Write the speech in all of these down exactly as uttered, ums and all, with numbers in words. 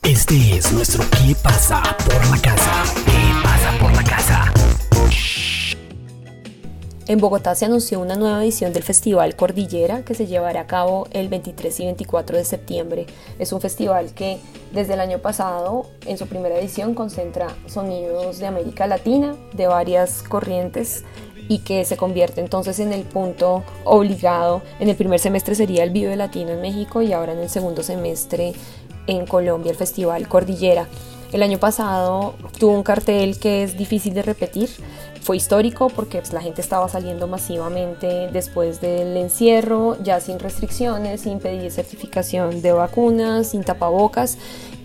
Este es nuestro ¿Qué pasa por la casa? ¿Qué pasa por la casa? En Bogotá se anunció una nueva edición del Festival Cordillera que se llevará a cabo el veintitrés y veinticuatro de septiembre. Es un festival que desde el año pasado, en su primera edición, concentra sonidos de América Latina, de varias corrientes, y que se convierte entonces en el punto obligado. En el primer semestre sería el Vive Latino en México y ahora en el segundo semestre en Colombia el Festival Cordillera. El año pasado tuvo un cartel que es difícil de repetir. Fue histórico porque pues, la gente estaba saliendo masivamente después del encierro, ya sin restricciones, sin pedir certificación de vacunas, sin tapabocas,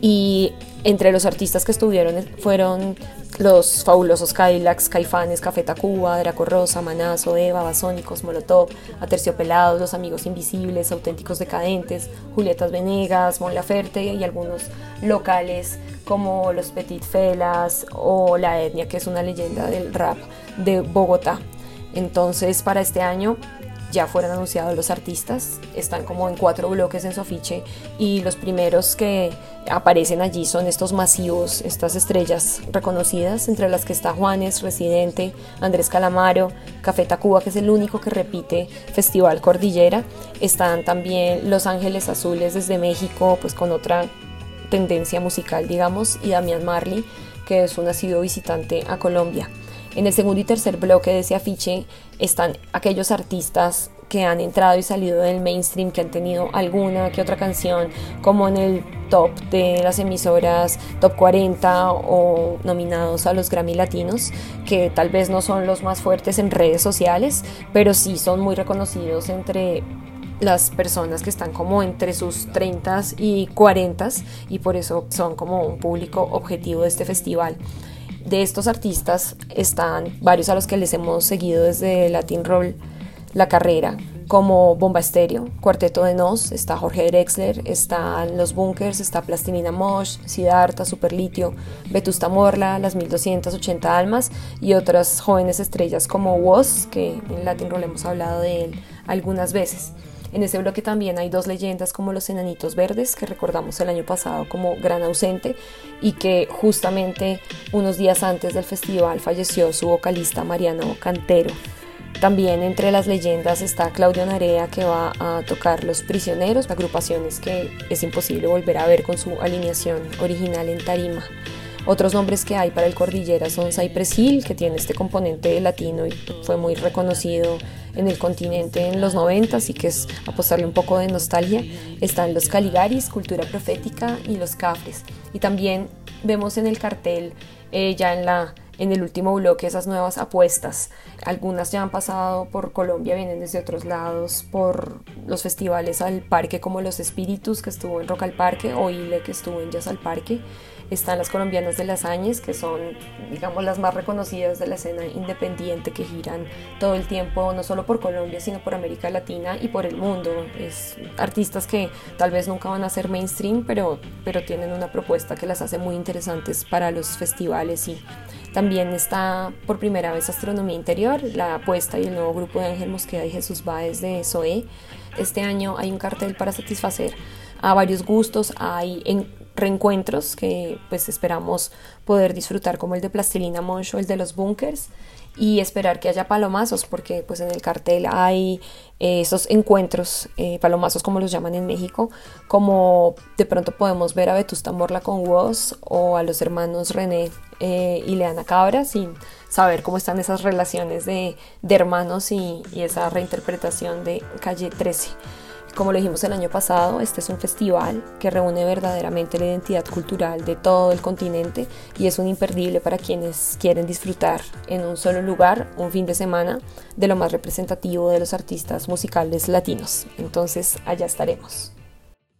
y entre los artistas que estuvieron fueron los fabulosos Cadillacs, Caifanes, Café Tacuba, Draco Rosa, Manazo, Eva, Babasónicos, Molotov, Aterciopelados, Los Amigos Invisibles, Auténticos Decadentes, Julietas Venegas, Mon Laferte y algunos locales como los Petit Felas o La Etnia, que es una leyenda del rap de Bogotá. Entonces, para este año ya fueron anunciados los artistas, están como en cuatro bloques en su afiche y los primeros que aparecen allí son estos masivos, estas estrellas reconocidas, entre las que está Juanes, Residente, Andrés Calamaro, Café Tacuba, que es el único que repite Festival Cordillera. Están también Los Ángeles Azules desde México, pues con otra tendencia musical, digamos, y Damián Marley, que es un asiduo visitante a Colombia. En el segundo y tercer bloque de ese afiche están aquellos artistas que han entrado y salido del mainstream, que han tenido alguna que otra canción como en el top de las emisoras Top cuarenta o nominados a los Grammy Latinos, que tal vez no son los más fuertes en redes sociales, pero sí son muy reconocidos entre las personas que están como entre sus treinta y cuarenta y por eso son como un público objetivo de este festival. De estos artistas están varios a los que les hemos seguido desde Latin Roll la carrera, como Bomba Estéreo, Cuarteto de Nos, está Jorge Drexler, están Los Bunkers, está Plastilina Mosh, Siddhartha, Superlitio, Vetusta Morla, Las mil doscientas ochenta Almas y otras jóvenes estrellas como Woz, que en Latin Roll hemos hablado de él algunas veces. En ese bloque también hay dos leyendas como los Enanitos Verdes, que recordamos el año pasado como gran ausente y que justamente unos días antes del festival falleció su vocalista Mariano Cantero. También entre las leyendas está Claudio Narea, que va a tocar Los Prisioneros, agrupaciones que es imposible volver a ver con su alineación original en tarima. Otros nombres que hay para el Cordillera son Cypress Hill, que tiene este componente latino y fue muy reconocido en el continente en los noventas y que es apostarle un poco de nostalgia. Están los Caligaris, Cultura Profética y los Cafres. Y también vemos en el cartel, eh, ya en la en el último bloque, esas nuevas apuestas. Algunas ya han pasado por Colombia, vienen desde otros lados, por los festivales al parque como Los Espíritus, que estuvo en Rock al Parque, o Ile, que estuvo en Jazz al Parque. Están las colombianas de Las Áñez, que son, digamos, las más reconocidas de la escena independiente, que giran todo el tiempo, no solo por Colombia, sino por América Latina y por el mundo. Es artistas que tal vez nunca van a ser mainstream, pero, pero tienen una propuesta que las hace muy interesantes para los festivales. Y también está por primera vez Astronomía Interior, la apuesta y el nuevo grupo de Ángel Mosqueda y Jesús Báez de Zoé. Este año hay un cartel para satisfacer a varios gustos, hay en reencuentros que pues esperamos poder disfrutar, como el de Plastilina Mosh o el de Los Bunkers, y esperar que haya palomazos, porque pues en el cartel hay eh, esos encuentros, eh, palomazos como los llaman en México, como de pronto podemos ver a Vetusta Morla con Woz o a los hermanos René eh, y Leana Cabra, sin saber cómo están esas relaciones de, de hermanos y, y esa reinterpretación de Calle trece. Como lo dijimos el año pasado, este es un festival que reúne verdaderamente la identidad cultural de todo el continente y es un imperdible para quienes quieren disfrutar en un solo lugar, un fin de semana, de lo más representativo de los artistas musicales latinos. Entonces, allá estaremos.